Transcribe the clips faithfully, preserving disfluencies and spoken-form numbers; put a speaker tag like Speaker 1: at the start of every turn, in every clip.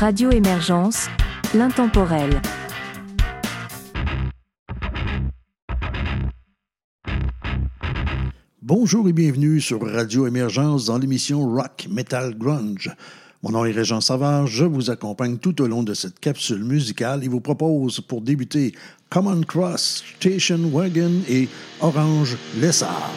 Speaker 1: Radio Émergence, l'intemporel.
Speaker 2: Bonjour et bienvenue sur Radio Émergence dans l'émission Rock Metal Grunge. Mon nom est Régent Savard, je vous accompagne tout au long de cette capsule musicale et vous propose pour débuter Common Cross, Station Wagon et Orange Lessard.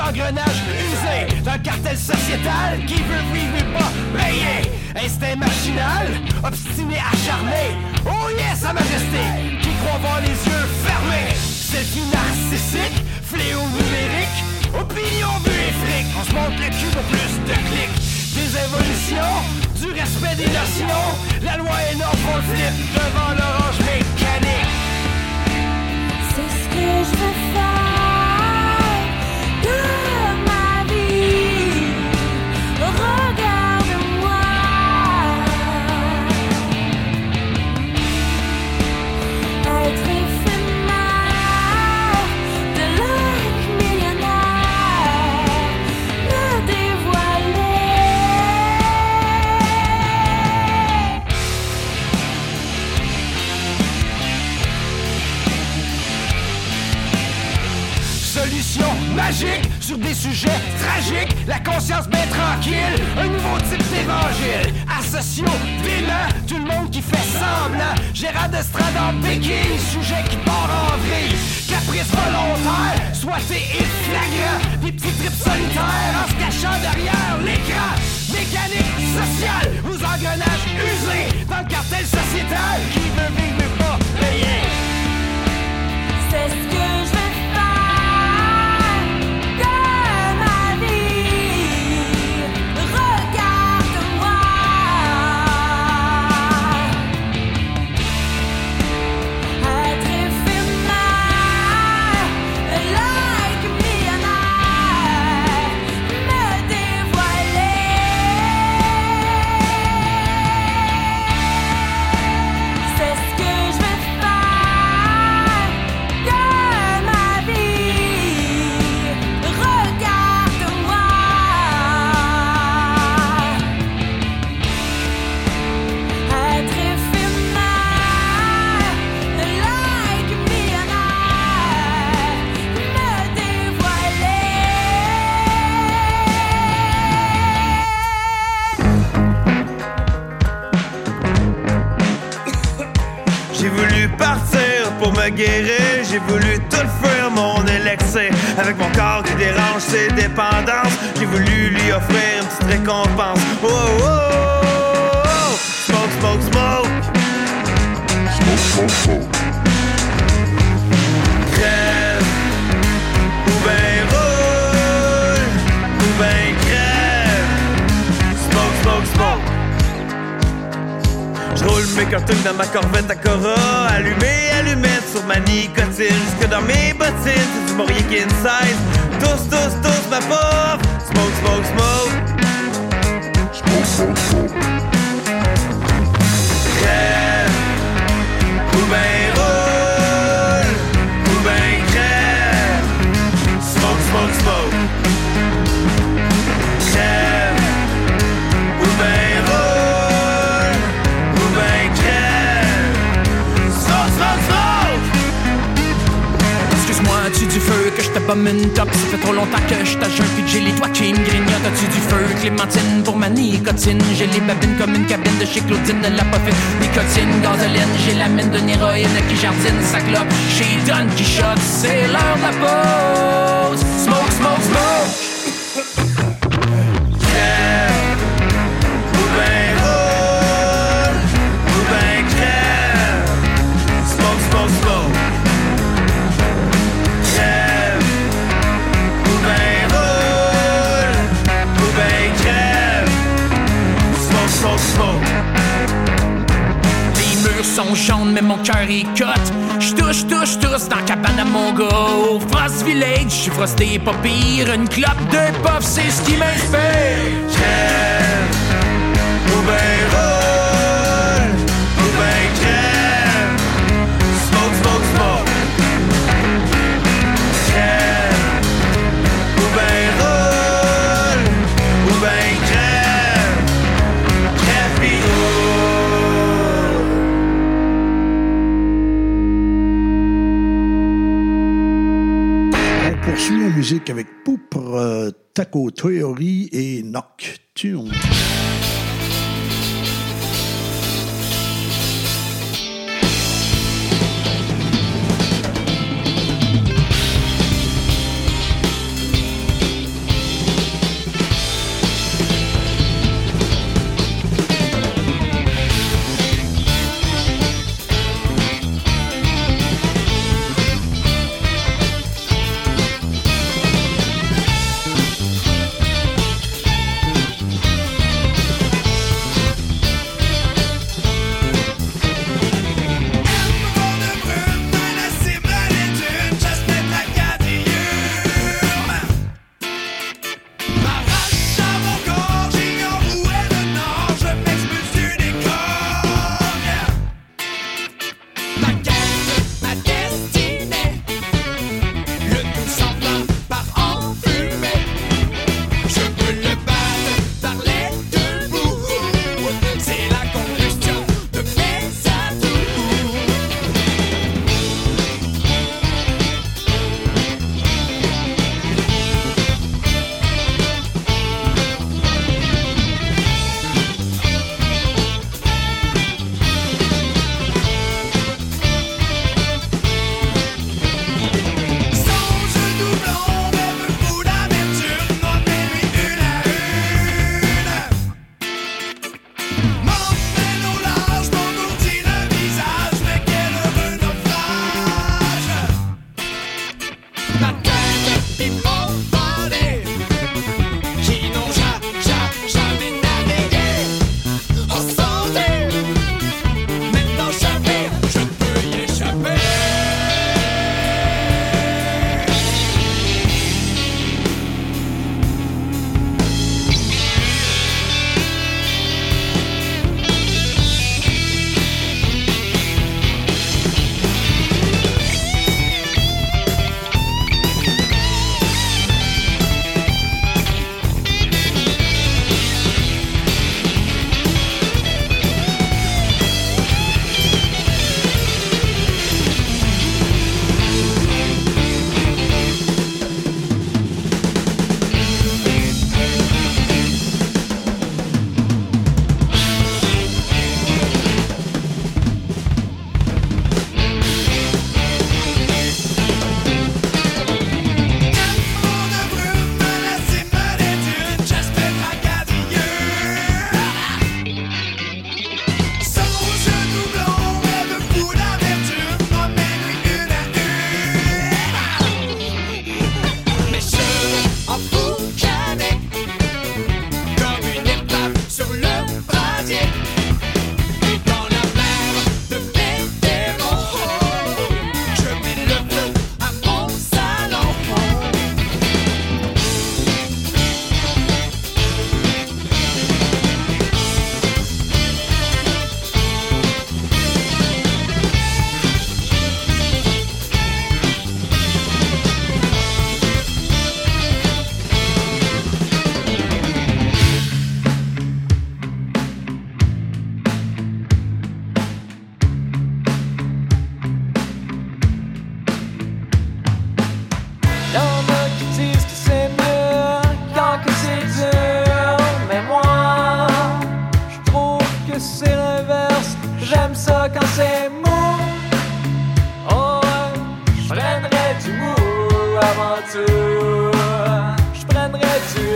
Speaker 3: engrenages usés d'un cartel sociétal qui veut vivre mais pas payer. Instinct machinal, obstiné, acharné. Oh yes, sa majesté, qui croit voir les yeux fermés. Selfie narcissique, fléau numérique, opinion, vue et fric. On se montre le cul pour plus de clics. Des évolutions, du respect des notions. La loi est non pour le flip devant l'orange mécanique.
Speaker 4: C'est ce que je veux faire de ma vie. Regarde-moi. Être éphémère, de l'être millionnaire, me dévoiler.
Speaker 3: Solution magique sur des sujets tragiques. La conscience bien tranquille, un nouveau type d'évangile. Associo, dément, tout le monde qui fait semblant. Gérard d'estrade en béquille, sujet qui part en vrille. Caprice volontaire, soité et flagrant. Des petits trips solitaires en se cachant derrière l'écran. Mécanique sociale, aux engrenages usés. Dans le cartel sociétal qui veut vivre mais pas payer.
Speaker 4: C'est ce que je veux faire de ma vie. Regarde-moi. Être éphémère, like millionnaire, me dévoiler. C'est ce que je veux faire de ma vie. Regarde-moi. Être éphémère, like millionnaire, me dévoiler.
Speaker 5: J'ai voulu partir pour me guérir. J'ai voulu tout faire mon élixir. Avec mon corps qui dérange ses dépendances, j'ai voulu lui offrir une petite récompense. Oh, oh, oh, oh. Smoke, smoke, smoke. Crève, ou ben roule, ou ben crève. Smoke, smoke, smoke. J'roule mes cartons dans ma corvette à Cora. Allumé, allumette sur ma nicotine. Jusque dans mes bottines, c'est du Maurier King size. Tous, tous, tous, ma pauvre. Smoke, smoke, smoke. Crève, ou ben roule, ou ben crève. Smoke, smoke, smoke. Crève, ou ben roule, ou ben crève. Smoke, smoke, smoke.
Speaker 3: Excuse-moi, as-tu du feu que je te pomme une top? Ça fait trop longtemps que je t'ajoute puis que j'ai les doigts qui me grignotent. As-tu du feu, clémentine pour ma nicotine? J'ai les babines comme une cabine de chez Claudine, ne l'a pas fait. Nicotine, gasoline, j'ai la mine d'une héroïne qui jardine sa clope chez Don Quichotte. C'est l'heure de la pause. Smoke, smoke, smoke.
Speaker 5: Crève, ou ben roule, ou ben crève. Smoke, smoke, smoke. Crève, ou ben roule, ou ben crève. Smoke, smoke, smoke.
Speaker 3: Les murs sont jaunes, mais mon cœur est cote. J'touche, touche, touche dans la cabane à mon gars. Frost Village, j'suis frosté, pas pire. Une clope, deux puffs, c'est ce qui m'inspire.
Speaker 5: Crève, ou ben roule, ou ben crève. Smoke, smoke, smoke. Crève, ou ben roule, ou ben crève. Crève pis roule.
Speaker 2: On poursuit la musique avec Poupre, euh, Taco Theory et Nocturne.
Speaker 6: ça quand c'est mou. Oh, je prendrais du mou avant tout. Je prendrais du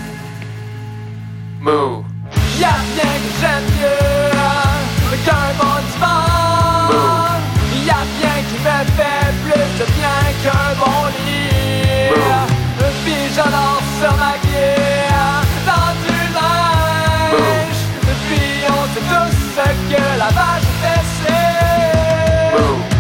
Speaker 6: mou. Y'a rien que j'aime mieux qu'un bon divan. Y'a rien qui me fait plus de bien qu'un bon lit. Puis j'adore se maquiller dans du linge. Puis on sait tous ce que la vache fait, c'est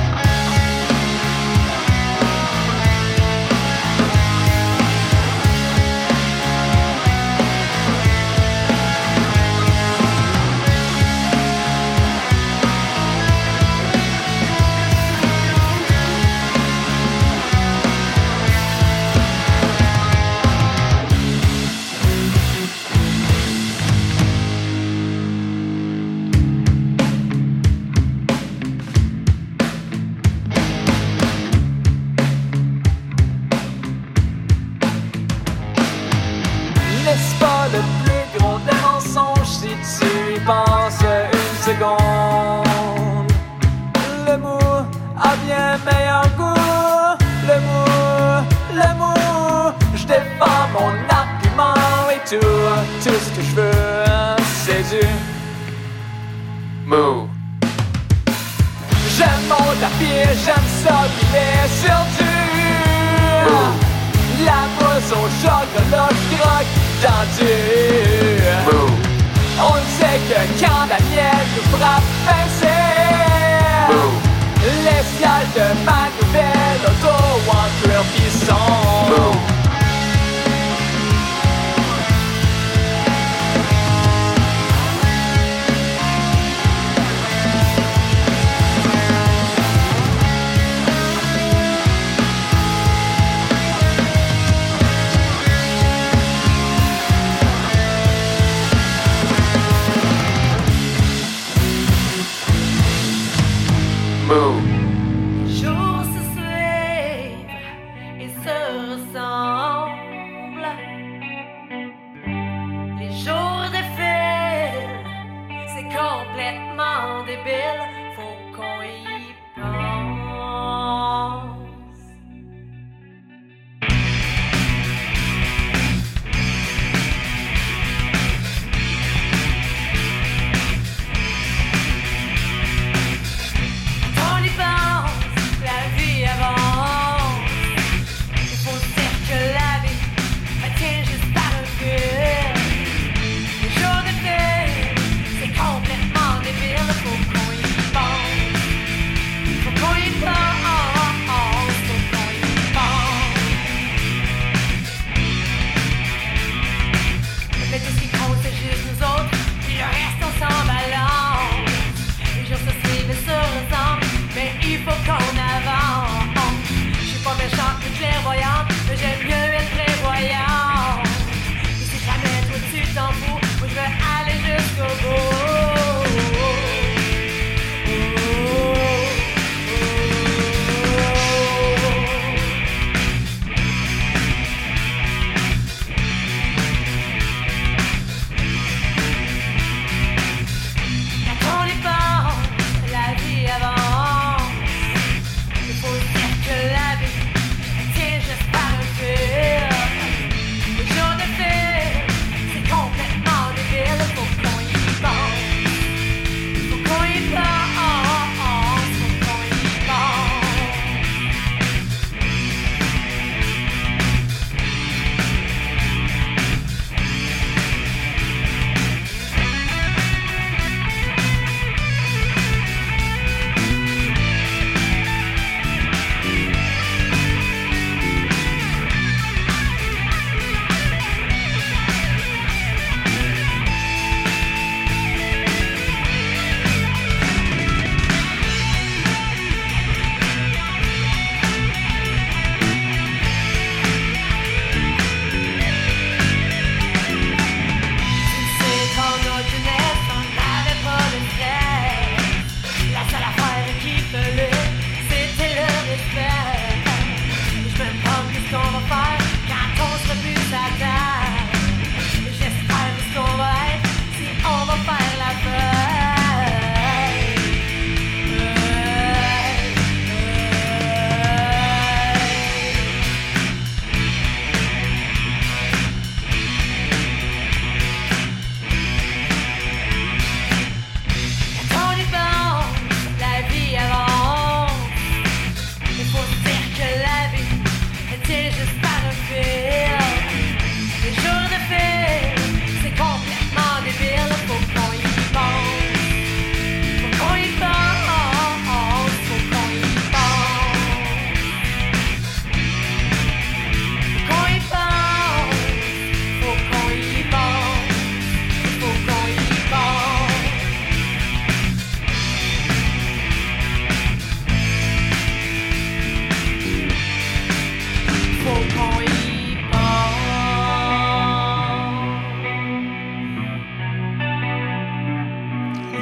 Speaker 6: N'est-ce pas le plus gros des mensonges si tu y penses une seconde? Le mou a bien meilleur goût. Le mou, le mou, je défends mon argument et tout. Tout ce que je veux, c'est du mou. J'aime mon tapis, j'aime ça piler sur du mou. La mousse au chocolat, je croque dans du mou. On sait que quand la miel nous frappe, ben c'est mou. L'escale de ma nouvelle auto en cuir pisson. Mou.
Speaker 3: Les jours se suivent et se ressemblent. Les jours défilent, c'est complètement débile. Faut qu'on y pense. On y pense.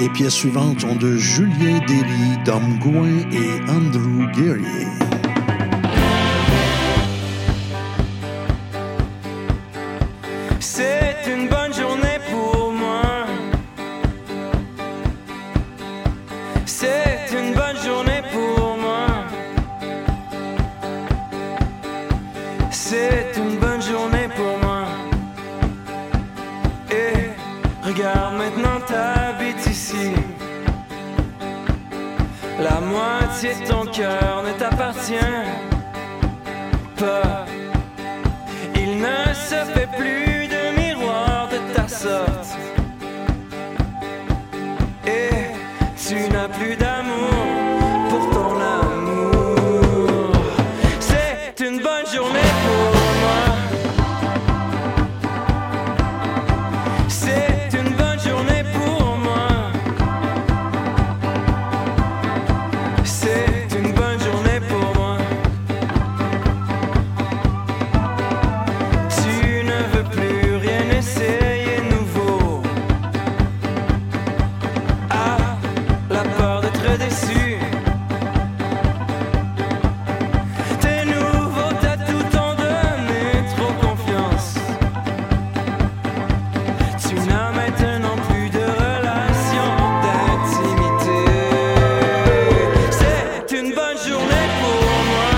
Speaker 2: Les pièces suivantes sont de Julien Derry, Dom Gouin et Andrew Guerrier.
Speaker 7: C'est une bonne journée pour moi. C'est une bonne journée pour moi. C'est une bonne journée pour moi. Et regarde maintenant, t'habites ici. La moitié de ton cœur ne t'appartient pas. Il ne se fait plus de miroir de ta sorte. Et tu n'as plus d'amour pour ton amour. C'est une bonne journée pour moi. C'est une bonne journée pour moi. C'est une bonne journée pour moi. Tu ne veux plus rien essayer nouveau. Ah, la peur d'être déçu. T'es nouveau, t'as tout en donné, trop confiance. Tu n'as maintenant plus de relation d'intimité. C'est une bonne journée pour moi.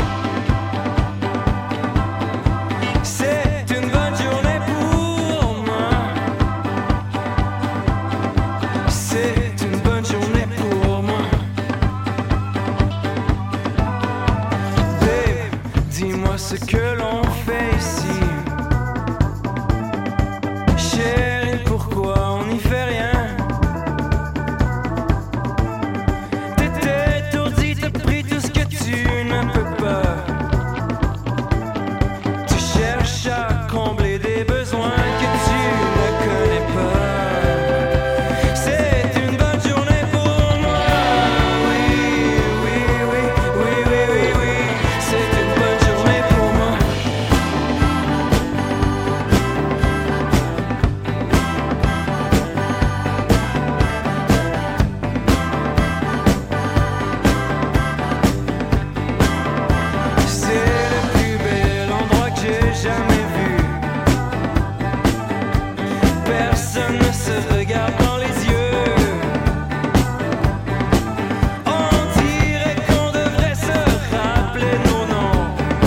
Speaker 7: C'est une bonne journée pour moi. C'est une bonne journée pour moi. Babe, dis-moi ce que l'on fait ici. Chérie, pourquoi on n'y fait rien? T'étais étourdi, t'as pris tout ce que tu ne peux pas. Tu cherches à combler des besoins que tu ne connais pas. C'est une bonne journée pour moi. Oui, oui, oui, oui, oui, oui, oui. C'est une bonne journée pour moi. C'est le plus bel endroit que j'ai jamais vu. Personne ne se regarde dans les yeux. On dirait qu'on devrait se rappeler nos noms.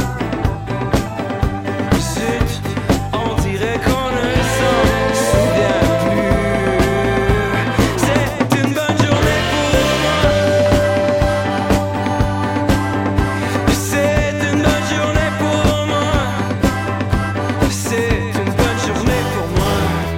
Speaker 7: Zut, on dirait qu'on ne s'en souvient plus. C'est une bonne journée pour moi. C'est une bonne journée pour moi. C'est une bonne journée pour moi.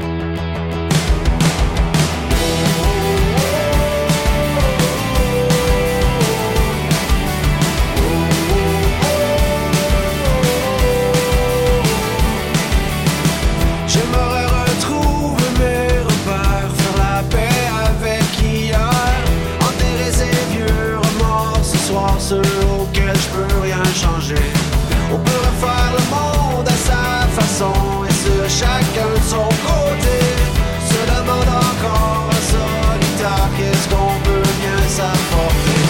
Speaker 8: J'aimerais retrouver mes repères, faire la paix avec hier, enterrer ces vieux remords ce soir, ceux auxquels je peux rien changer. On peut refaire le monde à sa façon, et ce chacun de son côté se demande encore en solitaire qu'est-ce qu'on peut bien s'apporter.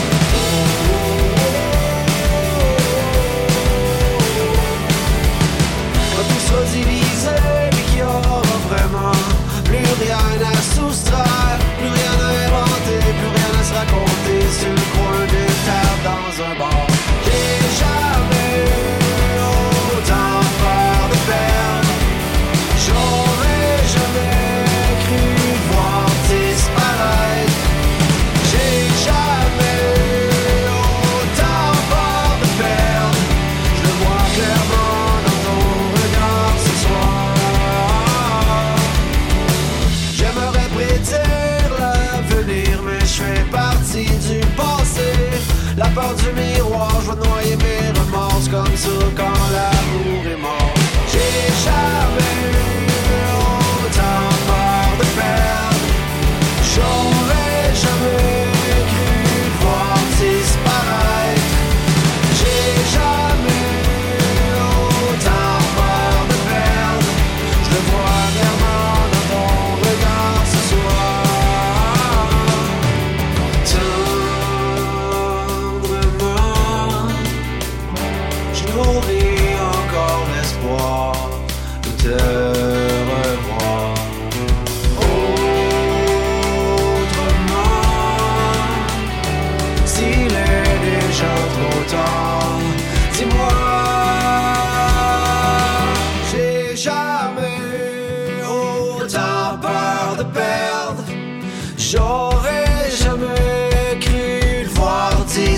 Speaker 8: Quand tout sera divisé, mais qu'il y aura vraiment plus rien à soustraire, plus rien à inventer, plus rien à se raconter sur le coin d'une table dans un bar. J'ai jamais eu autant peur de perdre. J'aurais jamais cru voir disparaître. J'ai jamais eu autant peur de perdre. Je le vois clairement dans ton regard ce soir. J'aimerais prédire l'avenir, mais je fais partie du passé. La peur du miroir, je vais noyer mes remords comme ça quand l'amour est mort. J'ai jamais eu autant peur de perdre. J'aurais jamais cru voir disparaître. J'ai jamais eu autant peur de perdre. Je le vois clairement dans ton regard ce soir.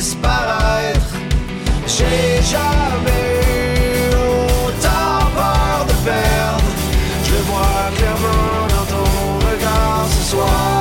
Speaker 8: disparaître. J'ai jamais eu autant peur de perdre. Je le vois clairement dans ton regard ce soir.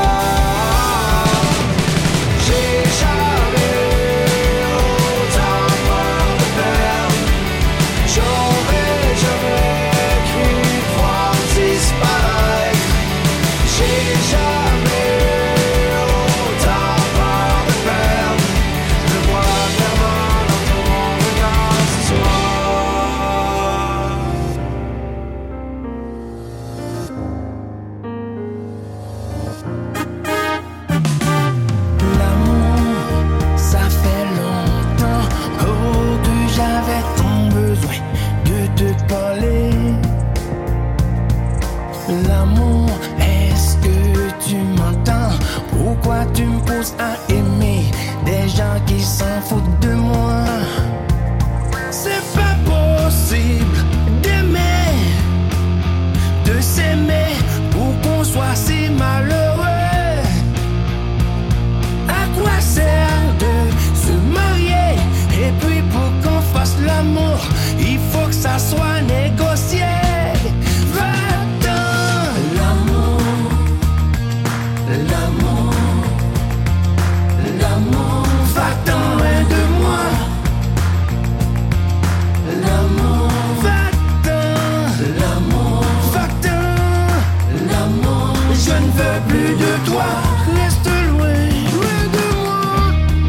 Speaker 8: J'ai jamais eu autant peur de perdre. J'aurais jamais cru voir disparaître. J'ai jamais eu autant peur de perdre. Je le vois clairement dans ton regard ce soir.
Speaker 6: L'amour, ça fait longtemps oh, que j'avais tant besoin de te parler. L'amour, est-ce que tu m'entends? Pourquoi tu me pousses à aimer des gens qui s'en foutent de moi? C'est pas possible d'aimer, de s'aimer pour qu'on soit si malheureux. À quoi sert de se marier? Et puis pour qu'on fasse l'amour, il faut que ça soit négocié. Va-t'en. L'amour, l'amour, l'amour, va-t'en loin de moi. L'amour, va-t'en. L'amour, va-t'en. L'amour, je ne veux plus de toi. Reste loin, loin de moi.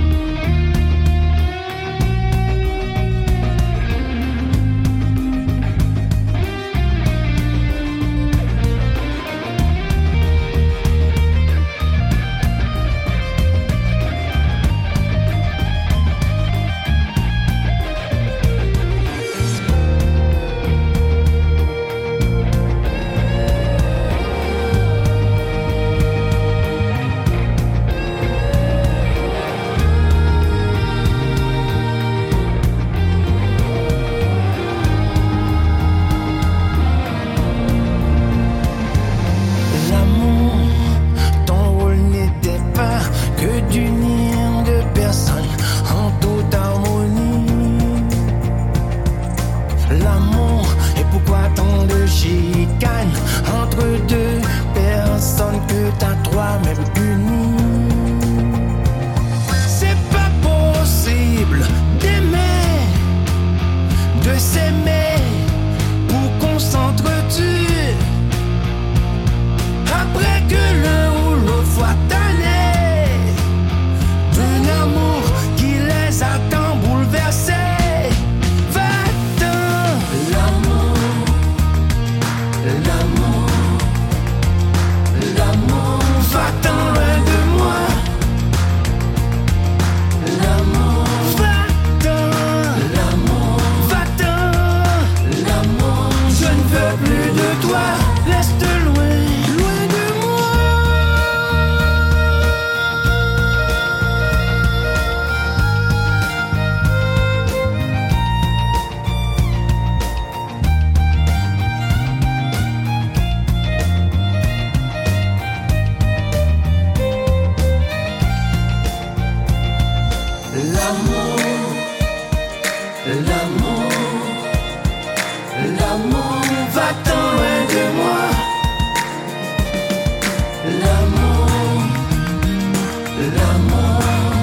Speaker 6: L'amour, ton rôle n'était pas que d'unir deux personnes en toute harmonie. L'amour, et pourquoi tant de chicanes entre deux personnes que t'as trois même unies? C'est pas possible d'aimer, de s'aimer pour qu'on s'entretue. Après que l'un ou l'autre soit tanné d'un amour qui les a tant bouleversés. Va-t'en. L'amour, l'amour, l'amour, va-t'en loin de moi. L'amour, va-t'en. L'amour, va-t'en. L'amour, je ne veux plus de toi. Reste loin, loin de moi. L'amour, l'amour, l'amour, va-t'en loin de moi. L'amour, l'amour,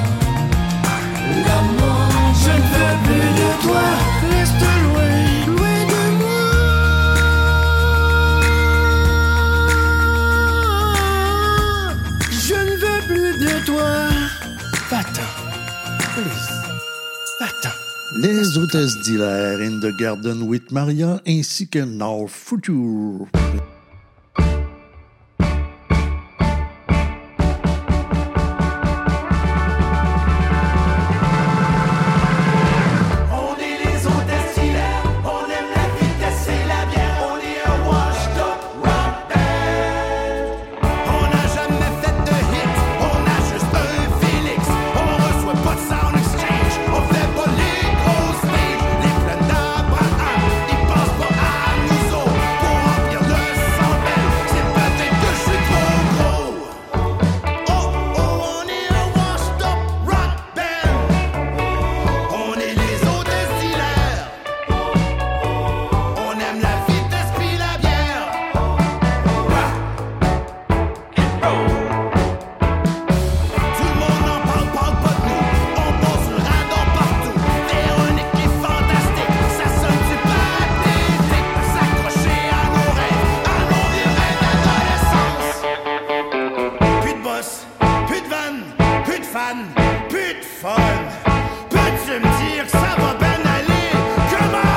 Speaker 6: l'amour, je ne veux plus de toi. Reste loin, loin de moi. Je ne veux plus de toi. Va-t'en, please, va-t'en.
Speaker 2: Les hôtesses d'Hilaire, In the Garden with Maria, ainsi que Now Future.
Speaker 3: On est les hôtesses d'hilaire, on aime la vitesse et la bière, on est un washed-up rock band. On n'a jamais fait de hit, on a juste un Félix. On reçoit pas de sound exchange, on fait pas les gros stages. Les plans d'Abraham, ils pensent pas à nous autres pour remplir le
Speaker 9: plus de fun. Peux-tu me dire que ça va bien aller? Come on!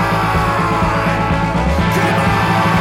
Speaker 9: Come on!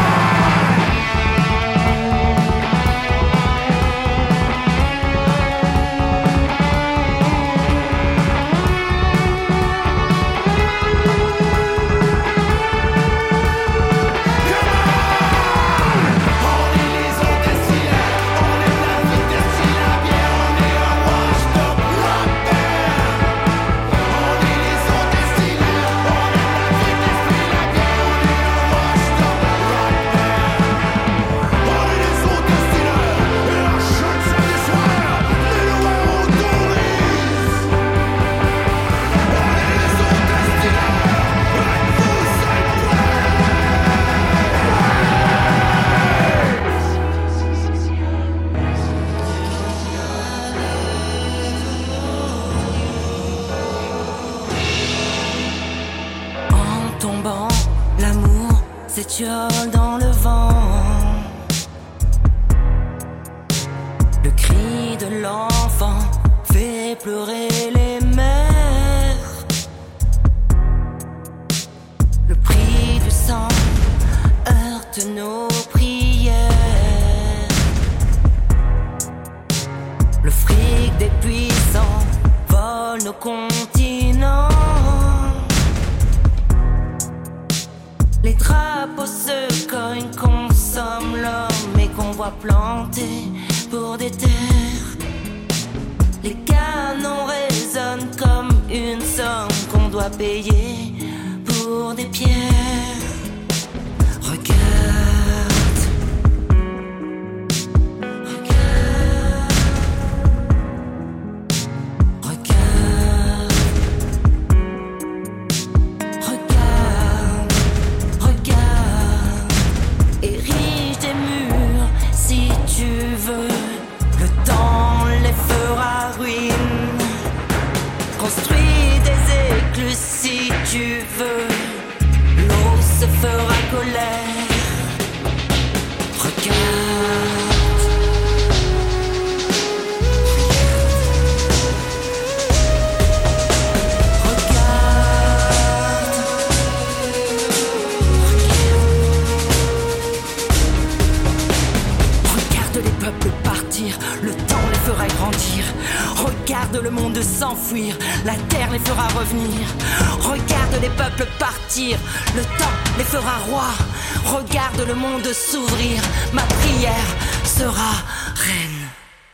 Speaker 4: S'étiole dans le vent. Le cri de l'enfant fait pleurer les mères. Le prix du sang heurte nos prières. Le fric des puissants vole nos continents. Les drapeaux se cognent, consomment l'homme et qu'on voit planter pour des terres. Les canons résonnent comme une somme qu'on doit payer pour des pierres. Regarde, regarde, regarde, regarde. Regarde, érige des murs si tu veux. Le temps les fera ruine. Construis des écluses si tu veux. L'eau se fera colère. Regarde. Le temps les fera grandir. Regarde le monde s'enfuir. La terre les fera revenir. Regarde les peuples partir. Le temps les fera rois. Regarde le monde s'ouvrir. Ma prière sera reine.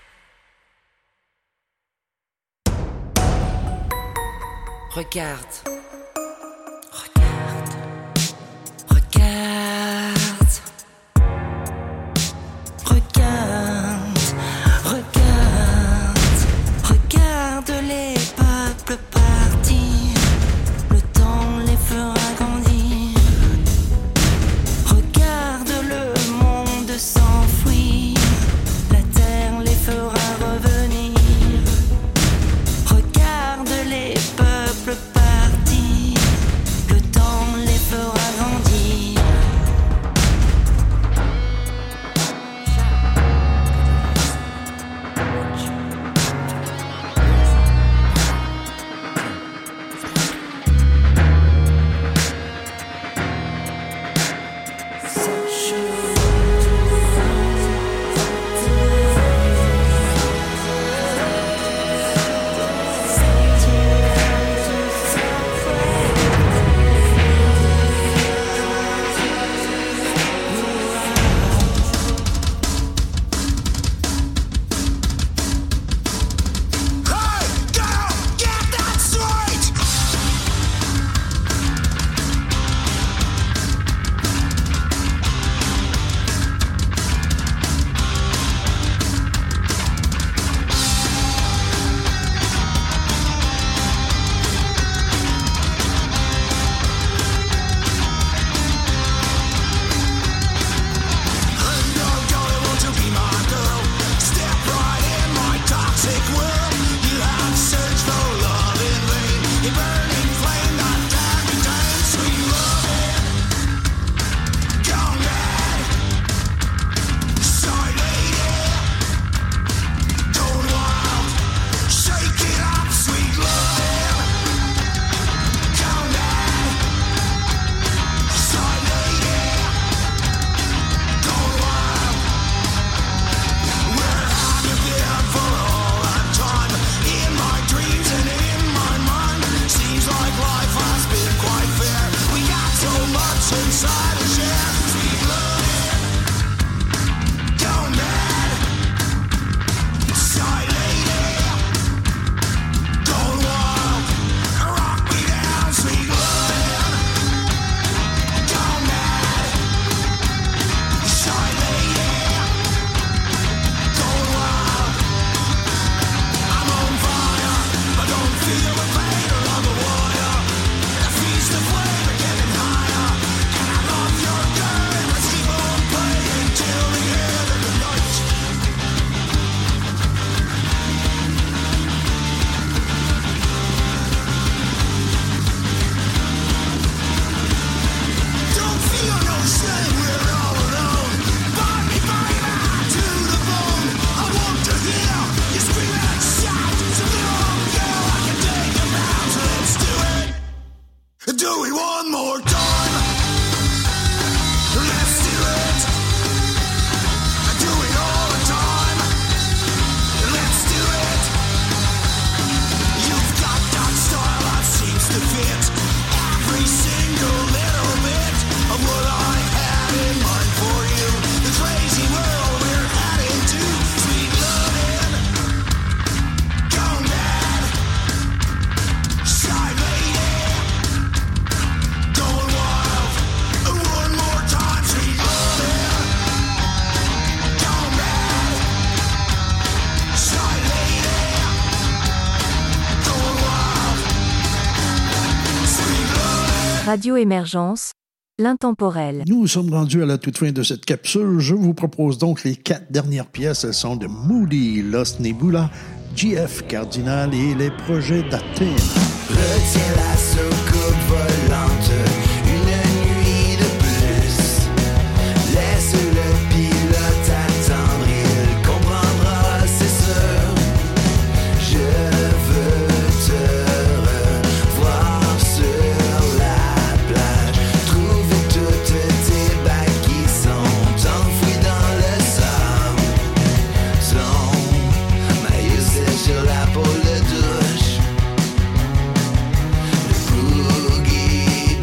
Speaker 4: Regarde. Regarde. Regarde. Regarde, regarde, regarde les peuples partir. Le temps les fera grandir. Regarde le monde s'enfuir. La terre les fera revenir. Regarde les peuples partir.
Speaker 1: Radio Émergence, l'intemporel.
Speaker 2: Nous sommes rendus à la toute fin de cette capsule. Je vous propose donc les quatre dernières pièces. Elles sont de Moody, Lost Nebula, G F Cardinal et les projets d'Athènes.
Speaker 8: Retiens la soucoupe volante, une nuit de plus. Laisse le pilote attendre, il comprendra, c'est sûr. Je veux te revoir sur la plage, trouver toutes tes bagues qui sont enfouies dans le sable. Son maillot sèche sur la peau de douche. Boogie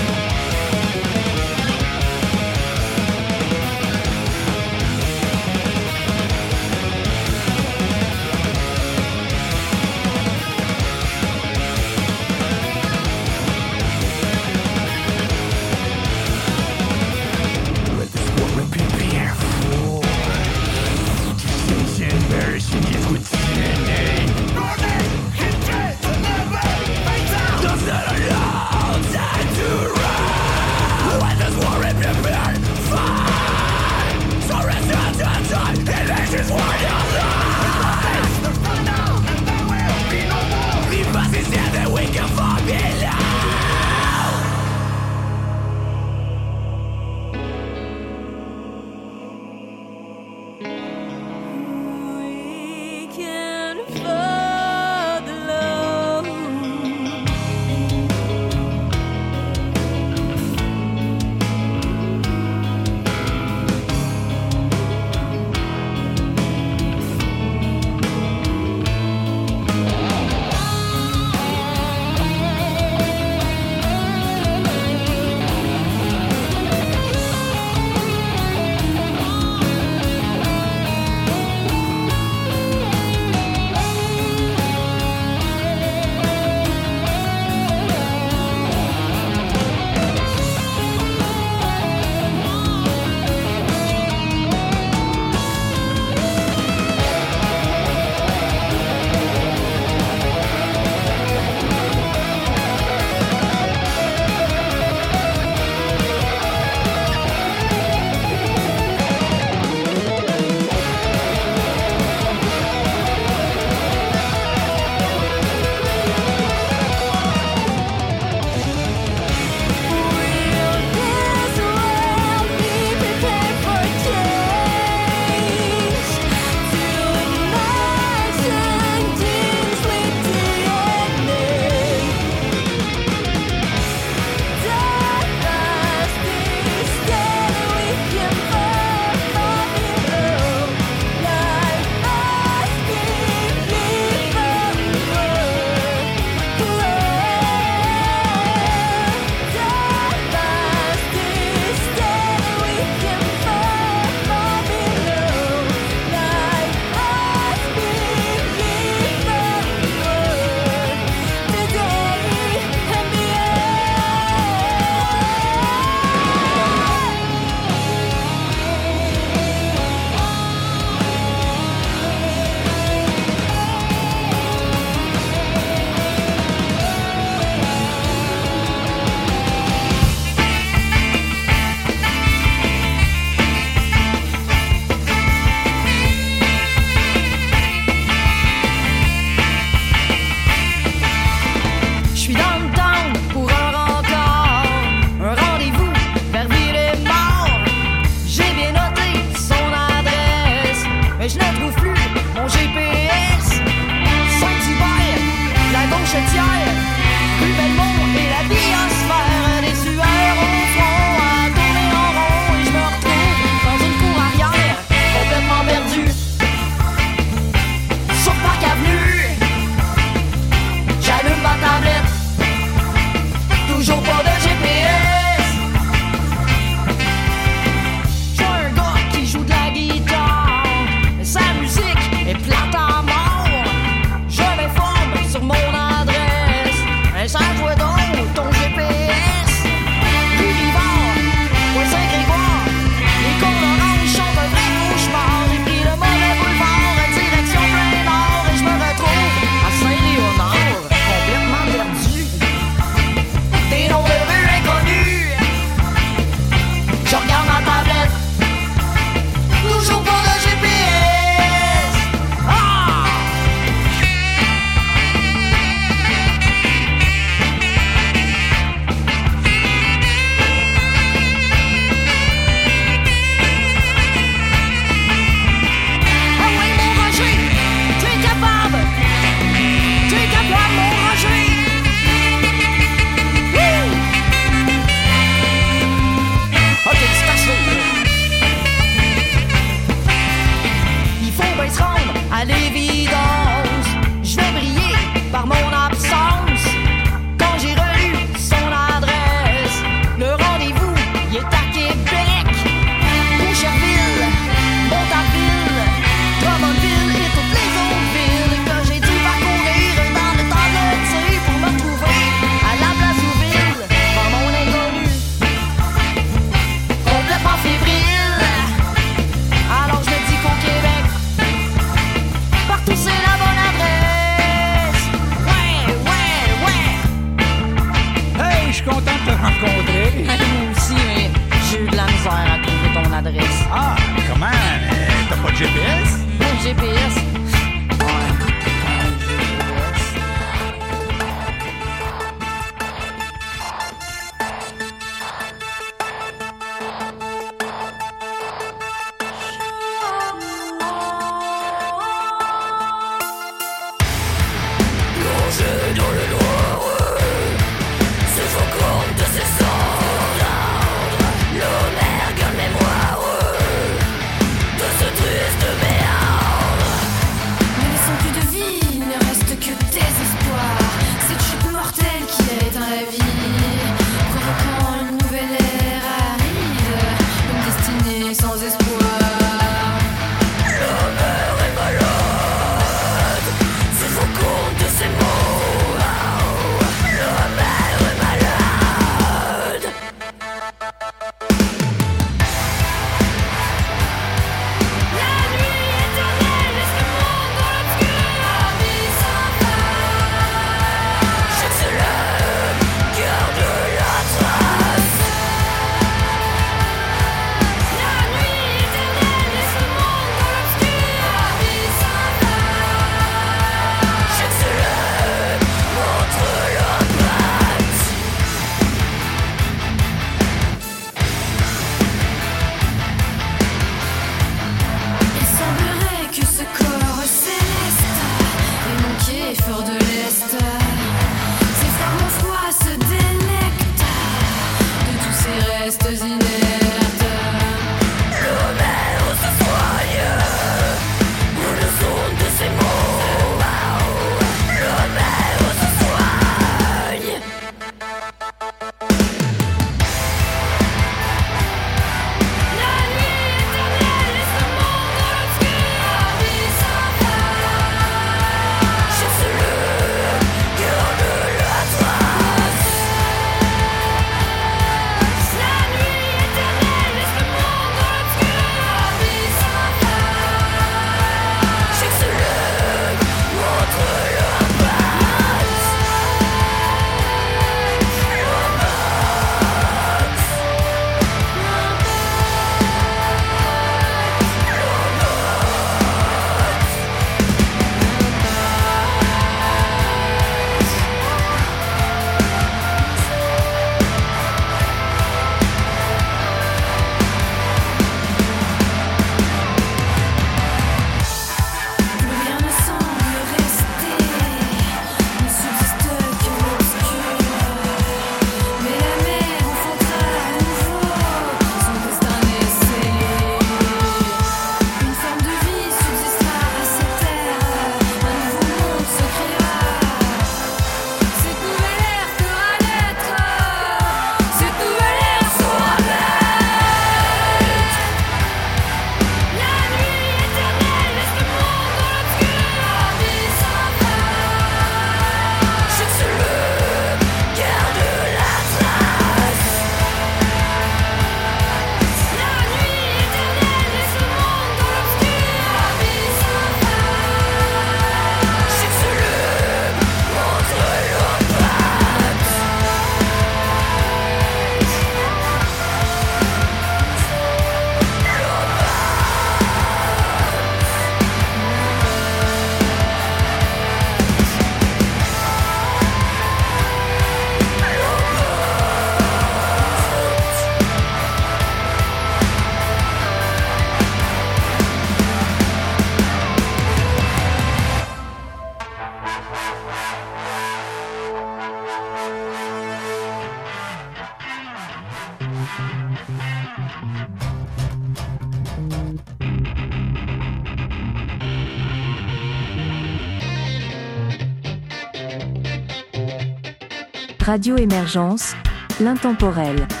Speaker 1: Radio Émergence, l'intemporel.